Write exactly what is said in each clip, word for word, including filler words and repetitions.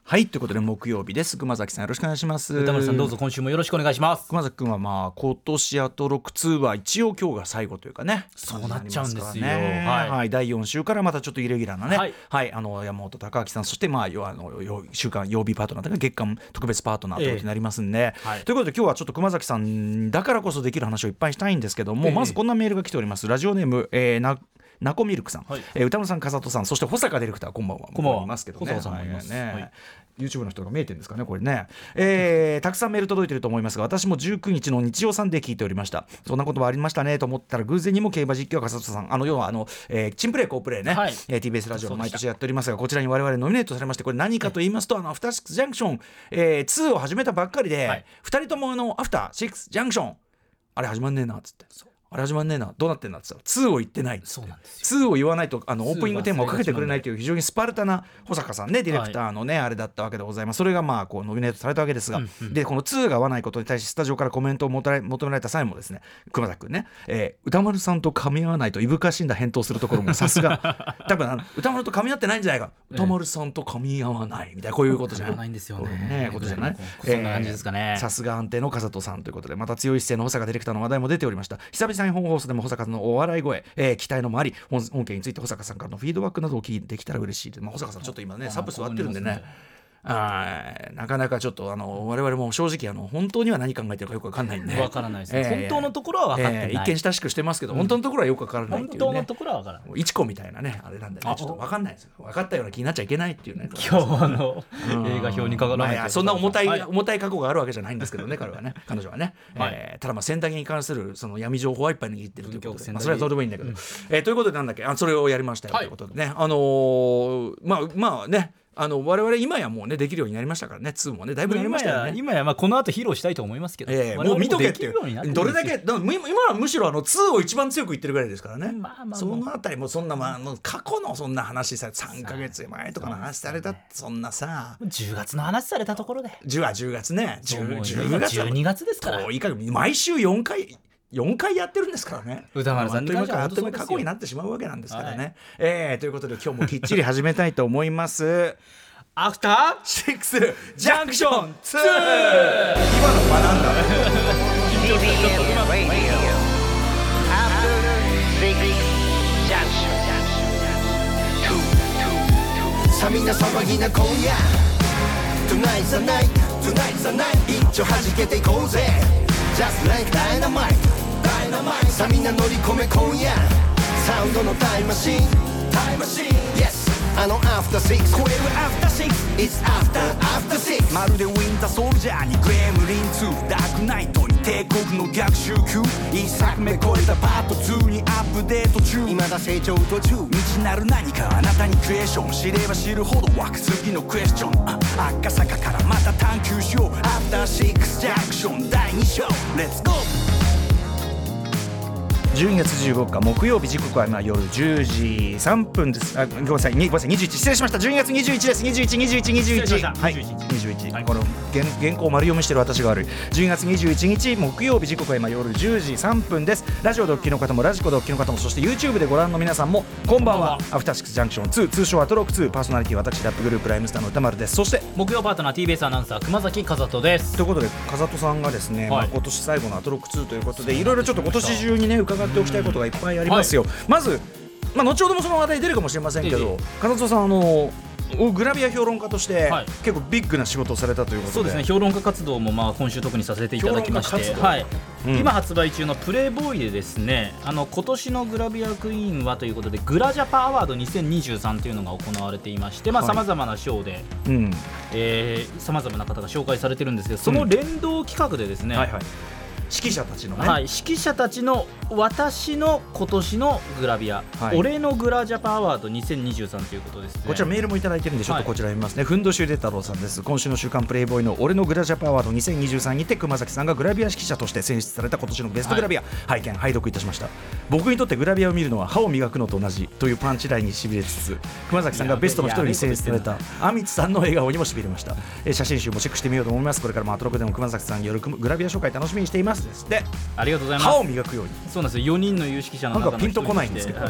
はい、ということで木曜日です。熊崎さんよろしくお願いします。 歌丸さんどうぞ今週もよろしくお願いします。 熊崎君はまあ今年あとろく通は一応今日が最後というかね、 そうなっちゃうんですよ、 はいはい、だいよん週からまたちょっとイレギュラーなね、はいはい、あの山本貴明さん、そしてまああの週間曜日パートナーとか月間特別パートナーということになりますんで、えーはい、ということで今日はちょっと熊崎さんだからこそできる話をいっぱいしたいんですけども、えー、まずこんなメールが来ております。ラジオネーム、えー、なナコミルクさん、はい、えー、歌野さん、風戸さん、そして保坂ディレクター、こんばんは。 こんばんは。 いますけどね、 保坂さんもいます、 はいね、 はい、 YouTube の人が見えてるんですかねこれね、えー、たくさんメール届いてると思いますが、私もじゅうくにちの日曜さんで聞いておりました。そんなこともありましたねと思ったら、偶然にも競馬実況は風戸さん、あの要はあの、えー、チンプレイ好プレイね、はい、えー、ティービーエス ラジオ毎年やっておりますが、こちらに我々ノミネートされまして、これ何かと言いますと、あのアフターシックスジャンクション、えー、ツーを始めたばっかりで、はい、ふたりともあのアフターシックスジャンクションあれ始まんねえなっつって、あれ始まんねえな、どうなってんだって言ったらツーを言ってない。 そうなんですよ。 ツーを言わないとあのオープニングテーマをかけてくれないという非常にスパルタな保坂さんね、ディレクターのね、はい、あれだったわけでございます。それがまあこうノミネートされたわけですが、うんうん、でこのツーが合わないことに対してスタジオからコメントを求められた際もですね、熊田君ね、えー、歌丸さんと噛み合わないといぶかしんだ返答するところもさすが多分あの歌丸と噛み合ってないんじゃないか、えー、歌丸さんと噛み合わないみたいな、こういうことじゃない、 ないんですよね、 ねことじゃない、 そんな感じですかね。 さすが安定の風戸さんということで、また強い姿勢の保坂ディレクターの話題も出ておりました。久々に本放送でも保坂のお笑い声、えー、期待のもあり、本, 本件について保坂さんからのフィードバックなどを聞いてできたら嬉しいです。まあ、保坂さんちょっと今ねサブ座ってるんでね、あなかなかちょっとあの我々も正直あの本当には何考えてるかよく分かんないんで、 分からないですね、えー、本当のところは分かってない、 えー、一見親しくしてますけど、うん、本当のところはよく分からないっていうね、 本当のところは分からない、 いちこみたいなねあれなんでね、ちょっと分かんないですよ。分かったような気になっちゃいけないっていうね、 今日の映画表にかからない、 まあ、そんな重たい、はい、重たい過去があるわけじゃないんですけどね彼はね彼女はね、はい、えー、ただまあ洗濯に関するその闇情報はいっぱい握ってるということで、まあ、それはどうでもいいんだけど、うん、えー、ということでなんだっけ、あそれをやりましたよ、はい、ということでね、あのー、まあまあね、あの我々今やもうねできるようになりましたからね、ツーもねだいぶやりましたよね。 今や、今やまあこの後披露したいと思いますけど、 えー、もう見とけっていう、どれだけだ今はむしろあのツーを一番強く言ってるぐらいですからね、まあまあまあ、そのあたりもそんな、まあ、過去のそんな話ささんかげつまえとかの話された、そんなさじゅうがつの話されたところでじゅうはじゅうがつね、 じゅうがつじゅうにがつですから、 毎週よんかいよんかいやってるんですからね。 歌丸さんに関してはあっという間過去になってしまうわけなんですからね、はい、えー、ということで今日もきっちり始めたいと思いますアフターシックスジャンクションツー今の学んだティービーエス Radio After Six Junction さあみんな騒ぎな今夜 Tonight's the night Tonight's the night 一丁弾けていこうぜ Just like dynamite Dynamite さあみんな乗り込め今夜サウンドのタイムマシンタイムマシン Yesあのアフターシックス超えるアフターシックス It's after after six まるでウィンターソルジャーにグレムリンツーダークナイトに帝国の逆襲級一作目超えたパートツーにアップデート中未だ成長途中未知なる何かあなたにクエスチョン知れば知るほど湧く次のクエスチョン赤坂からまた探求しようアフターシックスジャンクションだいに章レッツゴー。 じゅうにがつじゅうごにち木曜日、時刻は今夜じゅうじさんぷんです。あ、ごめんなさい、ごめんなさい、にじゅういち、失礼しました。じゅうにがつにじゅういちです。にじゅういち、にじゅういち、にじゅういち、はい、にじゅういち、はい、この 原, 原稿を丸読みしてる私が悪い。じゅうにがつにじゅういちにち木曜日、時刻は今夜じゅうじさんぷんです。ラジオドッキの方もラジコドッキの方も、そして YouTube でご覧の皆さんもこんばんは。アフターシックスジャンクションツー、通称アトロックツー、パーソナリティ私ラップグループライムスターの歌丸です。そして木曜パートナー ティービーエス アナウンサー熊崎和人です。 ということで風戸さんがですね、はい、まあ、今年最後のアトロックツーということで、いろいろちょっと今年中にね伺っておきたいことがいっぱいありますよ、はい、まず、まあ、後ほどもその話題出るかもしれませんけど、風戸さんあのグラビア評論家として、はい、結構ビッグな仕事をされたということで、 そうですね、評論家活動もまあ今週特にさせていただきまして、はい、うん、今発売中のプレイボーイでですね、あの今年のグラビアクイーンはということでグラジャパアワードにせんにじゅうさんというのが行われていまして、さまざ、まな賞でさまざまな方が紹介されてるんですけど、その連動企画でですね、うん、はいはい、 指揮者たちのね、 はい、指揮者たちの私の今年のグラビア、はい、俺のグラジャパアワードにせんにじゅうさんということですね。 こちらメールもいただいてるんでちょっとこちら見ますね、はい、ふんどしゅうで太郎さんです。今週の週刊プレイボーイの俺のグラジャパアワードにせんにじゅうさんにて熊崎さんがグラビア指揮者として選出された今年のベストグラビア、はい、拝見拝読いたしました。僕にとってグラビアを見るのは歯を磨くのと同じというパンチラインにしびれつつ、熊崎さんがベストの一人に選出されたアミツさんの笑顔にもしびれました。え写真集もチェックしてみようと思います。これからもアトロクでも熊崎さんによるグラビア紹介楽しみにしていますです。で、 ありがとうございます。 歯を磨くように、 そうなんですよ、よにんの有識者の中のなんかピンとこないんですけど、はい、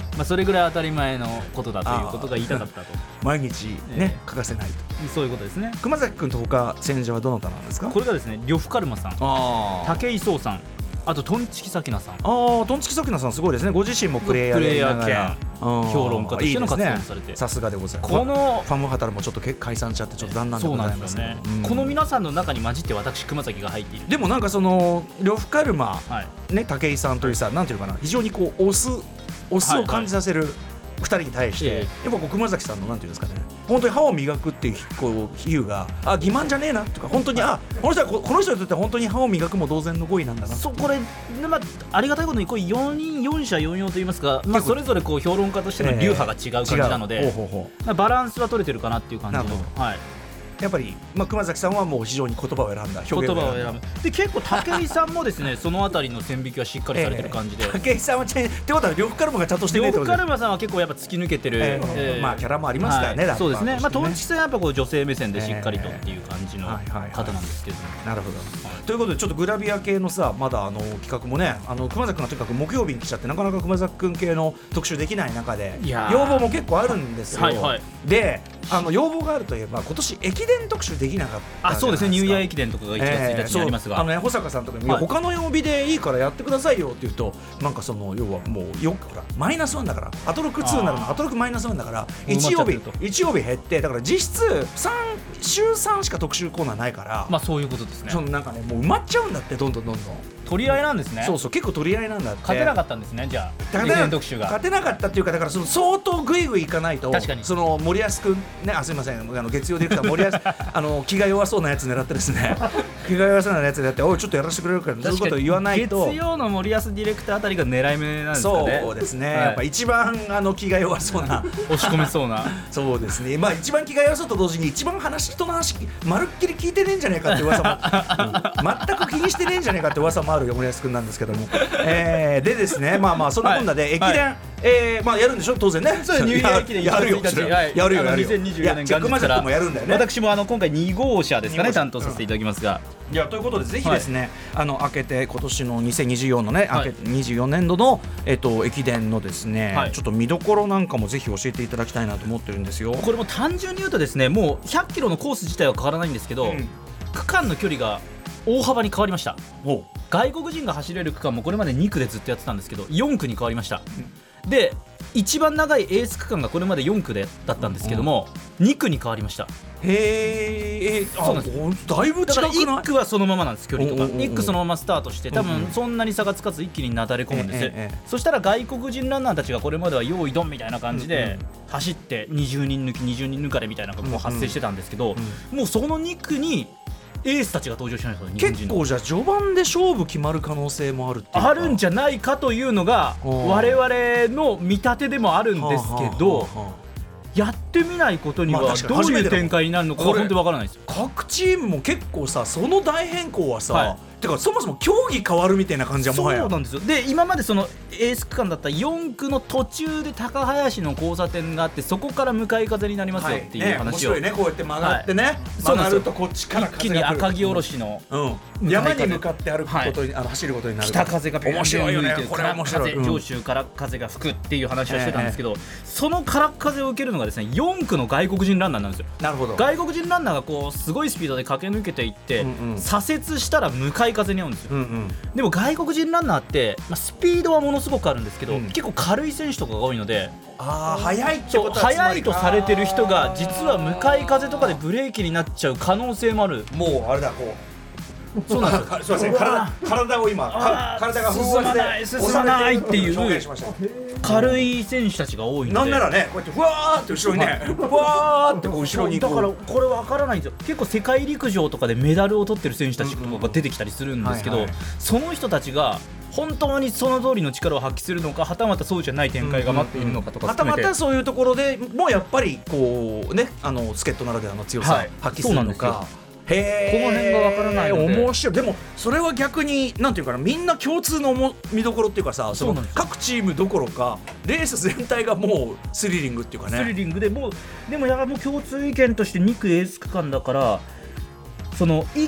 まあ、それぐらい当たり前のことだということが言いたかったと毎日ね、 ええ欠かせないと。 そういうことですね。 熊崎君と他選者はどなたなんですか？ これがですね、呂布カルマさん、 あー武井壮さん、あとトンチキサキナさん、 あートンチキサキナさんすごいですね。ご自身もプレイヤーでいながら評論家としての活動もされて、 さすがでございます。 このファムハタルもちょっと解散しちゃってちょっと残念でそうござないんですよますけど、 ね、 うんこの皆さんの中に混じって私熊崎が入っている。 でもなんかその呂布カルマ、 はいね、武井さんというさ、なんていうのかな、非常にこうオスオスを感じさせるふたりに対して、 ええやっぱこう熊崎さんのなんていうんですかね、本当に歯を磨くっていうこう比喩があ欺瞞じゃねえなとか、本当にあこの人はここの人にとっては本当に歯を磨くも同然の語彙なんだな。 そうこれ、まあ、ありがたいことにこうよにんよん者よん様といいますか、まあ、それぞれこう評論家としての流派が違う感じなので、 違うほうほうほうまあバランスは取れてるかなっていう感じのなるほ、 はい、 やっぱり、まあ、熊崎さんはもう非常に言葉を選んだ表言現を葉を選ぶ。で結構武井さんもですねそのあたりの線引きはしっかりされてる感じで、 ええ武井さんはちゃんってことは呂布カルマがちゃんとしてね呂ってことで布カルマさんは結構やっぱ突き抜けてる、 ええええまあキャラもありますからね、 はいラッパーそうですね、まあ、 としてねトンチキさんはやっぱこう女性目線でしっかりとっていう感じのはいはいはい方なんですけども、 なるほど、ということでちょっとグラビア系のさまだあの企画もね、あの熊崎君がとにかく木曜日に来ちゃってなかなか熊崎君系の特集できない中でいやー要望も結構あるんですよ、 はいはいであの要望があるといえば今年駅伝特集できなかったあそうですね、ニューイヤー駅伝伝とかがいちがつついたちにありますが、 あのね保坂さんとかに、いやはい他の曜日でいいからやってくださいよって言うと、なんかその要はもうよほらマイナスワンだからアトロクツーになるのあーアトロクマイナスワンだから埋まっ 1曜日ちゃってると一曜日減って、だから実質さん週さんしか特集コーナーないから、 まあそういうことですねそ。のなんかねもう埋まっちゃうんだって、どんどんどんどん。 取り合いなんですね。 そうそう結構取り合いなんだって。 勝てなかったんですね、じゃあ駅勝てな伝特集が。 勝てなかったっていうか、だからその相当グイグイいかないと、 確かにその森保君ね、あすみません、あの月曜ディレクター森保あの気が弱そうなやつ狙ってですね気が弱そうなやつ狙っておいちょっとやらせてくれるからそういうことを言わないと。 月曜の森保ディレクターあたりが狙い目なんですかね。 そうですね、 はいやっぱ一番あの気が弱そうな押し込めそうなそうですね、まあ一番気が弱そうと同時に一番話人の話まるっきり聞いてねえんじゃねえかって噂も、うん全く気にしてねえんじゃねえかって噂もあるよ森保君なんですけども、えー、でですねまあまあそんなこんなで駅伝、 はいえーまあやるんでしょ当然ね。 そうですニューイヤー駅伝やるよいちがつついたちそれははいやるよやるよ。 あのにせんにじゅうよねんいや元日から熊崎君もやるんだよね。 私もあの今回に号車ですかねに号車担当させていただきますが、 いやということでぜひですね、あの明けて今年のにせんにじゅうよんのね、 はい明けてにじゅうよねんどのえっと駅伝のですね、 はいちょっと見どころなんかもぜひ教えていただきたいなと思ってるんですよ。 これも単純に言うとですねもうひゃっキロのコース自体は変わらないんですけど、 うん区間の距離が大幅に変わりました。 ほ外国人が走れる区間もこれまでに区でずっとやってたんですけどよん区に変わりました、で一番長いエース区間がこれまでよん区でだったんですけども、に区に変わりました。 うへーえー、あそうなんですだいぶ違だからくないいっ区はそのままなんです、距離とかおうおうおういっ区そのままスタートして多うんうん分そんなに差がつかず一気になだれ込むんです、 ええええそしたら外国人ランナーたちがこれまでは用意ドンみたいな感じで走ってにじゅうにん抜きにじゅうにん抜かれみたいなのがこう発生してたんですけど、もうそのに区にエースたちが登場しましたよ、日本人の結構じゃあ序盤で勝負決まる可能性もあるっていうかあるんじゃないかというのがおう我々の見立てでもあるんですけど、 はあはあはあやってみないことにまあはどう確かに初めてだもんいう展開になるのかこれ本当にわからないですよ。 各チームも結構さその大変更はさ、 はいてかそもそも競技変わるみたいな感じはもはやそうなんですよ。で今までそのエース区間だったよん区の途中で高林の交差点があってそこから向かい風になりますよっていうね、面話を、 白いねこうやって曲がってね、 はい曲がるとこっちから一気に赤城おろしのうん、山に向かって歩くことに、あの走ることになる北風がビュンビュン面白いよね吹いてこれは面白い、うん風上州から風が吹くっていう話をしてたんですけど、そのからっ風を受けるのがですねよん区の外国人ランナーなんですよ。 なるほど外国人ランナーがこうすごいスピードで駆け抜けていって、 うんうん左折したら向かい風に合うんですよ、 うんうんでも外国人ランナーって、まあ、スピードはものすごくあるんですけど、 うん結構軽い選手とかが多いのでああ速いってそうことはつまり速いとされてる人が実は向かい風とかでブレーキになっちゃう可能性もある。 もうあれだこうそうなんですよすいません体体を今かあー体が風進まない圧で進まないっていう表現しました軽い選手たちが多いのでなんならねこうやってふわーって後ろにねふわーってこう後ろにこうだからこれ分からないんですよ。結構世界陸上とかでメダルを取ってる選手たちとかが出てきたりするんですけど、 はいはいその人たちが本当にその通りの力を発揮するのかはたまたそうじゃない展開が待っているのかとかはた含めて、 またそういうところでもうやっぱりこうねあの助っ人ならではの強さはい発揮するのか、へーこの辺がわからないので面白い。でもそれは逆になんていうかなみんな共通のも見どころっていうかさそのそうなんですよ各チームどころかレース全体がもうスリリングっていうかスリねリングでもうでもやっぱもう共通意見としてに区エース区間だからそのいっ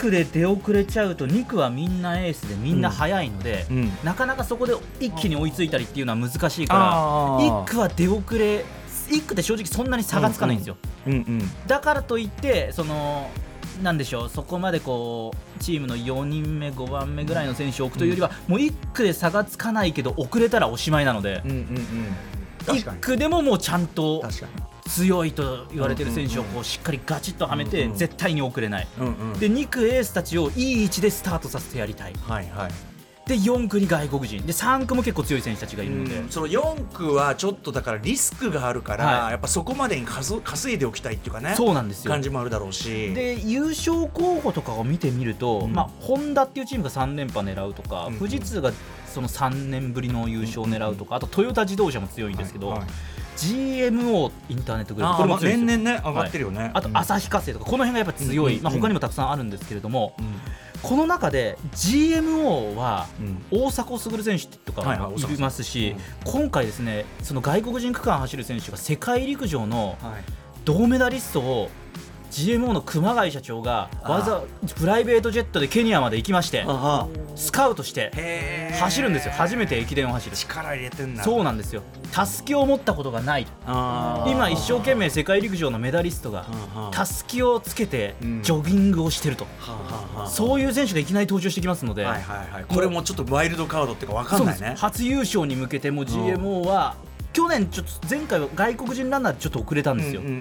区で出遅れちゃうとに区はみんなエースでみんな速いので、 うんうん、 なかなかそこで一気に追いついたりっていうのは難しいからいっ区は出遅れいっ区って正直そんなに差がつかないんですよ、 うんうんうんうん、 だからといってそのなんでしょうそこまでこうチームのよにんめごばんめぐらいの選手を置くというよりは、うん、もういっ区で差がつかないけど遅れたらおしまいなので、うんうんうん、いっ区でももうちゃんと強いと言われている選手をこうしっかりガチッとはめて絶対に遅れない、うんうん、でに区エースたちをいい位置でスタートさせてやりたい、はいはい、でよん区に外国人でさん区も結構強い選手たちがいるので、 うん、そのよん区はちょっとだからリスクがあるから、はい、やっぱそこまでに稼いでおきたいっていうかねそうなんですよ感じもあるだろうしで優勝候補とかを見てみると、うんまあ、ホンダっていうチームがさん連覇狙うとか、うん、富士通がそのさんねんぶりの優勝を狙うとか、うん、あとトヨタ自動車も強いんですけど、はいはい、ジーエムオー インターネットグループこれも強いですよ、 年々ね上がってるよね、はい、 あと旭化成とかこの辺がやっぱ強い、うんまあ、他にもたくさんあるんですけれども、うんこの中で ジーエムオー は大迫傑選手とかもいますし、今回ですねその外国人区間走る選手が世界陸上の銅メダリストを ジーエムオー の熊谷社長がわざプライベートジェットでケニアまで行きましてスカウトして走るんですよ。初めて駅伝を走る。 力入れてんだ。 そうなんですよ。たすきを持ったことがない。今一生懸命世界陸上のメダリストがたすきをつけてジョギングをしてると、うん、そういう選手がいきなり登場してきますので、 はいはいはい、これもちょっとワイルドカードっていうか分かんないね。 初優勝に向けても ジーエムオー は去年ちょっと前回は外国人ランナーでちょっと遅れたんですよ、うんうんうん、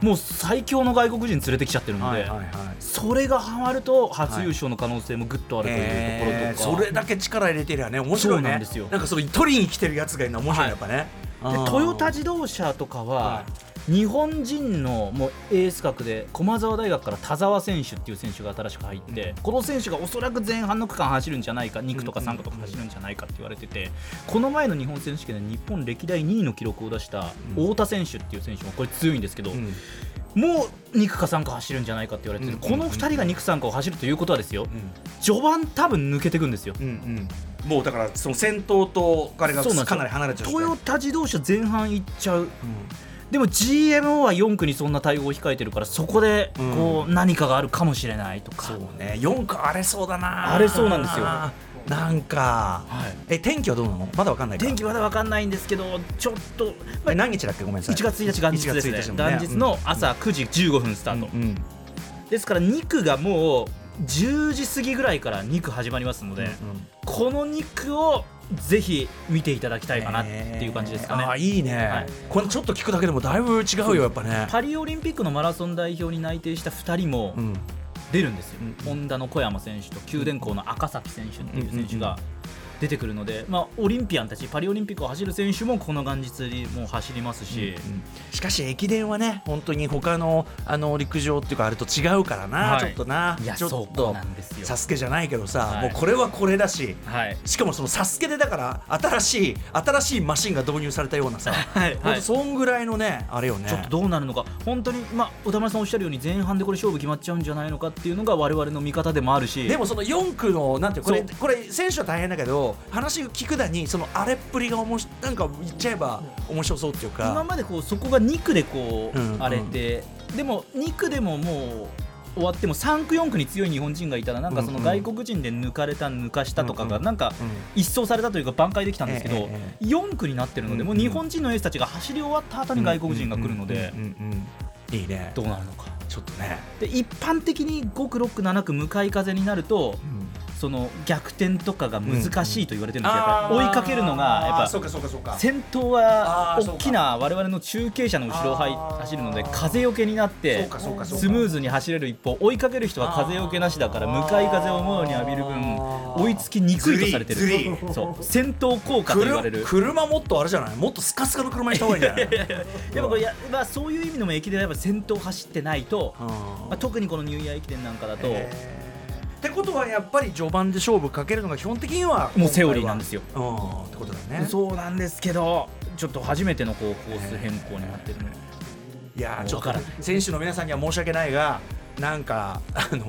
もう最強の外国人連れてきちゃってるので、はいはいはい、それがハマると初優勝の可能性もぐっとあるというところとか、 えー、それだけ力入れてるよね。面白いね。そうなんですよ。なんかその取りに来てるやつがいるの面白い、はい、やっぱね。 でトヨタ自動車とかは、はい日本人のもうエース格で駒澤大学から田澤選手っていう選手が新しく入って、うん、この選手がおそらく前半の区間走るんじゃないかに区とかさん区とか走るんじゃないかって言われてて、この前の日本選手権で日本歴代にいの記録を出した太田選手っていう選手もこれ強いんですけど、うん、もうに区かさん区走るんじゃないかって言われてて、うん、このふたりがに区さん区を走るということはですよ、うん、序盤多分抜けていくんですよ、うんうんもうだからその先頭と彼がかなり離れちゃう。 トヨタ自動車前半行っちゃう、うんでも ジーエムオー はよん区にそんな対応を控えてるからそこでこう何かがあるかもしれないとか、 うん、そうねよん区荒れそうだな。 荒れそうなんですよ。 なんか、はい、え天気はどうなの？まだわかんないか。 天気まだわかんないんですけどちょっと、 まあ、何日だっけごめんなさい。 いちがつついたち元日ですね。元日の朝くじじゅうごふんスタート、うんうん、ですからに区がもうじゅうじ過ぎぐらいからに区始まりますので、うんうん、このに区をぜひ見ていただきたいかなっていう感じですかね。 あいいね、はい、これちょっと聞くだけでもだいぶ違うよやっぱね。 パリオリンピックのマラソン代表に内定したふたりも出るんですよ、うん、ホンダの小山選手と九電工の赤崎選手っていう選手が出てくるので、まあ、オリンピアンたちパリオリンピックを走る選手もこの元日にもう走りますし、 うんうん、しかし駅伝はね本当に他のあの陸上っていうかあれと違うからな、はい、ちょっとないやちょっとサスケじゃないけどさ、はい、もうこれはこれだし、はい、しかもそのサスケでだから新しい新しいマシンが導入されたようなさ、はいはい、そんぐらいのねあれよね。 ちょっとどうなるのか本当に、まあ、歌丸さんおっしゃるように前半でこれ勝負決まっちゃうんじゃないのかっていうのが我々の見方でもあるし、 でもそのよん区のなんていうこれこれ選手は大変だけど話聞くだにそのあれっぷりがおもしなんか言っちゃえば面白そうっていうか、 今までこうそこがに区でこう、うんうん、あれてでもに区でももう終わってもさん区よん区に強い日本人がいたらなんかその外国人で抜かれた抜かしたとかがなんか一掃されたというか挽回できたんですけど、よん区になってるのでもう日本人のエースたちが走り終わった後に外国人が来るのでいいね。 どうなるのかちょっとね。 で一般的にご区ろっ区なな区向かい風になると、うんその逆転とかが難しいと言われてるんですよ、うんうん、やっぱ追いかけるのがやっぱ先頭は大きな我々の中継車の後ろを走るので風よけになってスムーズに走れる一方追いかける人は風よけなしだから向かい風を思うように浴びる分追いつきにくいとされてる。そう先頭効果と言われる。 車もっとあれじゃないもっとスカスカの車にした方がいいんじゃないやっぱこれや、まあ、そういう意味でも駅伝はやっぱ先頭走ってないと、まあ、特にこのニューイヤー駅伝なんかだとってことはやっぱり序盤で勝負かけるのが基本的にはもうセオリーなんですよ。 うんってことだね。 そうなんですけどちょっと初めてのこうコース変更になってるの、 いやちょっと選手の皆さんには申し訳ないがなんかあの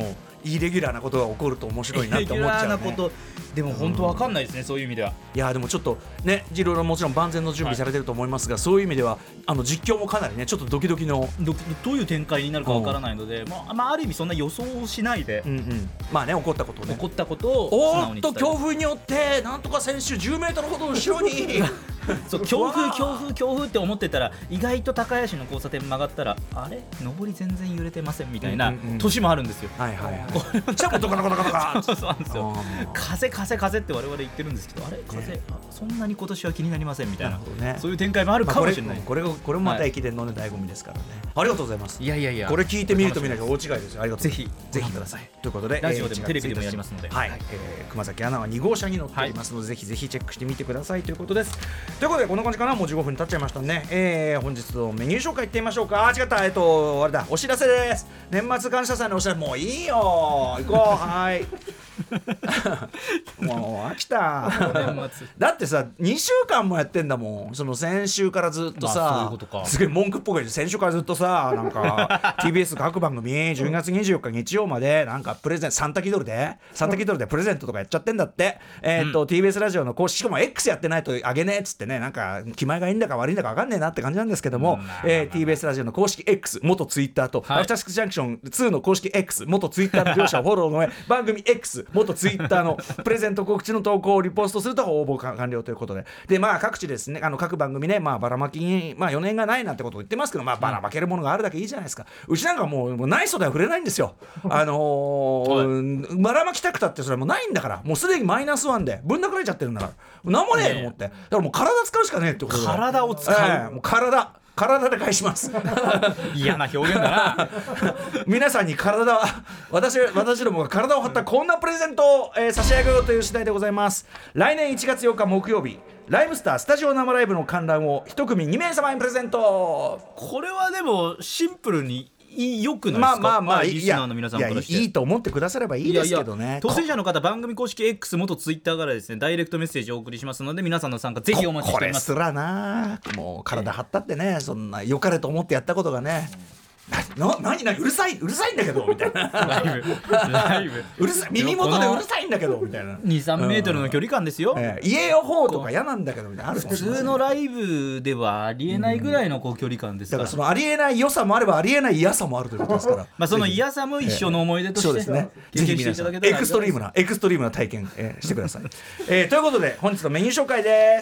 イレギュラーなことが起こると面白いなって思っちゃう、ね、 イレギュラーなことでも本当わかんないですね、うん、そういう意味では。 いやでもちょっとねいろいろもちろん万全の準備されてると思いますが、はい、そういう意味ではあの実況もかなりねちょっとドキドキのど, どういう展開になるかわからないので、まあまあ、ある意味そんな予想をしないで、 うんうん、まあね起こったことをね起こったことを素直に伝える。 おーっと強風によってなんとか選手じゅうメートルほど後ろにそう強風強風強風って思ってたら意外と高林の交差点曲がったらあれ上り全然揺れてませんみたいな年もあるんですよ。 はいはいはい。じゃあドカドカドカドカ。 そうなんですよ。風風風って我々言ってるんですけど、あれ風、ね、あそんなに今年は気になりませんみたい な, な、ね、そういう展開もあるかもしれない。 まあ、これこれこれもまた駅伝の、ね、醍醐味ですからね。ありがとうございます。 いやいやいや。 これ聞いてみると見なきゃ大違いですよ。ありがとう。 ぜひぜひください。ということでラジオでもテレビでもやりますので、 はい、えー、熊崎アナはに号車に乗っていますので、はい、ぜひぜひチェックしてみてくださいということです。ということでこの感じかな、もうじゅうごふん経っちゃいましたね。えー、本日のメニュー紹介いってみましょうか。あ違ったえっとあれだお知らせです。年末感謝祭のお知らせもういいよ行こうはいもう飽きただってさにしゅうかんもやってんだもん。その先週からずっとさ、 まあ、そういうことかすげえ文句っぽい先週からずっとさなんかティービーエス 各番組じゅうがつにじゅうよっか日曜までなんかプレゼントサンタキドルでサンタキドルでプレゼントとかやっちゃってんだって、えーっとうん、ティービーエス ラジオの公式しかも X やってないとあげねえっつってね、なんか気前がいいんだか悪いんだか分かんねえなって感じなんですけども、えー、ティービーエス ラジオの公式 X 元ツイッターと、はい、アフターシックスジャンクションツーの公式 X 元ツイッターの両者をフォローの上番組 X 元ツイッターのプレゼント告知の投稿をリポストすると応募完了ということで、でまあ各地ですね、あの各番組ね、まあばらまきにまあ余念がないなんてことを言ってますけど、まあばらまけるものがあるだけいいじゃないですか。うちなんかもう、もうない人では触れないんですよ。あのー、ばらまきたくたってそれはもうないんだから、もうすでにマイナスワンでぶん殴られちゃってるんだからなんもねえと思って、だからもう体使うしかねえってことで、 体を使う、 えー、もう体体で返します嫌な表現だな皆さんに体私私どもが体を張ったこんなプレゼントを、えー、差し上げようという次第でございます。来年いちがつよっか木曜日ライブスタースタジオ生ライブの観覧を一組にめいさまにプレゼント。 これはでもシンプルによくないですか。 まあまあまあリスナーの皆さんからして、 いやいいと思ってくださればいいですけどね。いやいや当選者の方番組公式 X 元ツイッターからですねダイレクトメッセージをお送りしますので皆さんの参加ぜひお待ちしております。 これすらなもう体張ったってね、そんな良かれと思ってやったことがね、な何何うるさいうるさいんだけどみたいなライブライブうるさい耳元でうるさいんだけどみたいな にさんメートルの距離感ですよ、えー、家よ方とか嫌なんだけどみたいなある普通のライブではありえないぐらいのこう距離感ですから、 だからそのありえない良さもあればありえない嫌さもあるということですからまあその嫌さも一緒の思い出として、えー、そうですね、 ぜひ皆さんエクストリームなエクストリームな体験、えー、してください、えー、ということで本日のメニュー紹介です。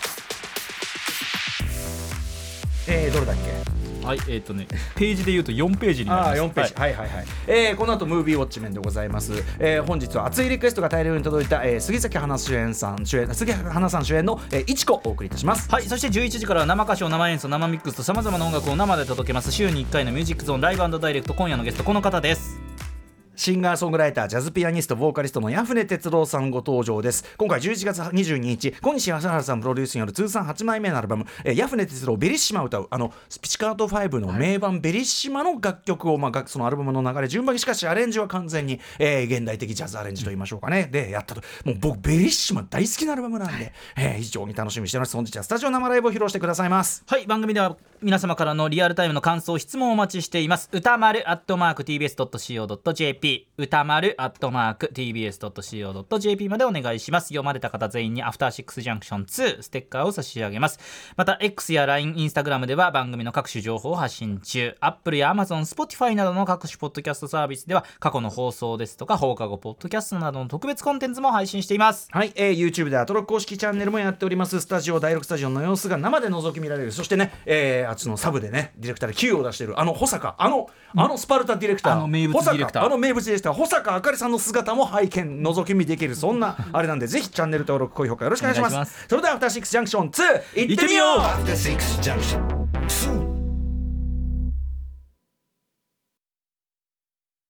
えー、どれだっけ。 はい、えーとね、ページで言うとよんページになります。 あよんページ、はい、はいはいはい、えー、この後ムービーウォッチメンでございます、えー、本日は熱いリクエストが大量に届いた、えー、杉咲花主演さん主演杉咲花さん主演の、えー、いちこお送りいたします。 はい、そしてじゅういちじからは生歌唱生演奏生ミックスとさまざまな音楽を生で届けます週にいっかいのミュージックゾーンライブ&ダイレクト。今夜のゲストこの方です。 シンガーソングライタージャズピアニストボーカリストの矢船哲郎さんご登場です。今回じゅういちがつにじゅうににち小西康原さんプロデュースによる通算はちまいめのアルバム、えー、矢船哲郎ベリッシマを歌うあのピチカートファイブの名盤ベリッシマの楽曲を、まあ、そのアルバムの流れ順番にしかしアレンジは完全に、えー、現代的ジャズアレンジと言いましょうかね、でやったと。もう僕ベリッシマ大好きなアルバムなんで、えー、非常に楽しみにしています。本日はスタジオ生ライブを披露してくださいます。 はい、番組では皆様からのリアルタイムの感想質問をお待ちしています。歌丸アットマーク ティービーエスドットシーオードットジェーピー 歌丸アットマーク ティービーエスドットシーオードットジェーピー までお願いします。読まれた方全員にアフターシックスジャンクションツーステッカーを差し上げます。また X や ライン、インスタグラムでは番組の各種情報を発信中。 Apple や Amazon、Spotify などの各種ポッドキャストサービスでは過去の放送ですとか放課後ポッドキャストなどの特別コンテンツも配信しています。 はい、えー、YouTube でアトロック公式チャンネルもやっております。スタジオだいろくスタジオの様子が生で覗き見られる。そしてね、えー、あっちのサブでねディレクターで Q を出しているあの保坂あの、あのスパルタディレクター、 あの名物ディレクターあの名物ディレクター保坂あかりさんの姿も拝見覗き見できる、そんなあれなんでぜひチャンネル登録高評価よろしくお願いします。それではアフターシックスジャンクションツーいってみよう。 アフターシックスジャンクションツー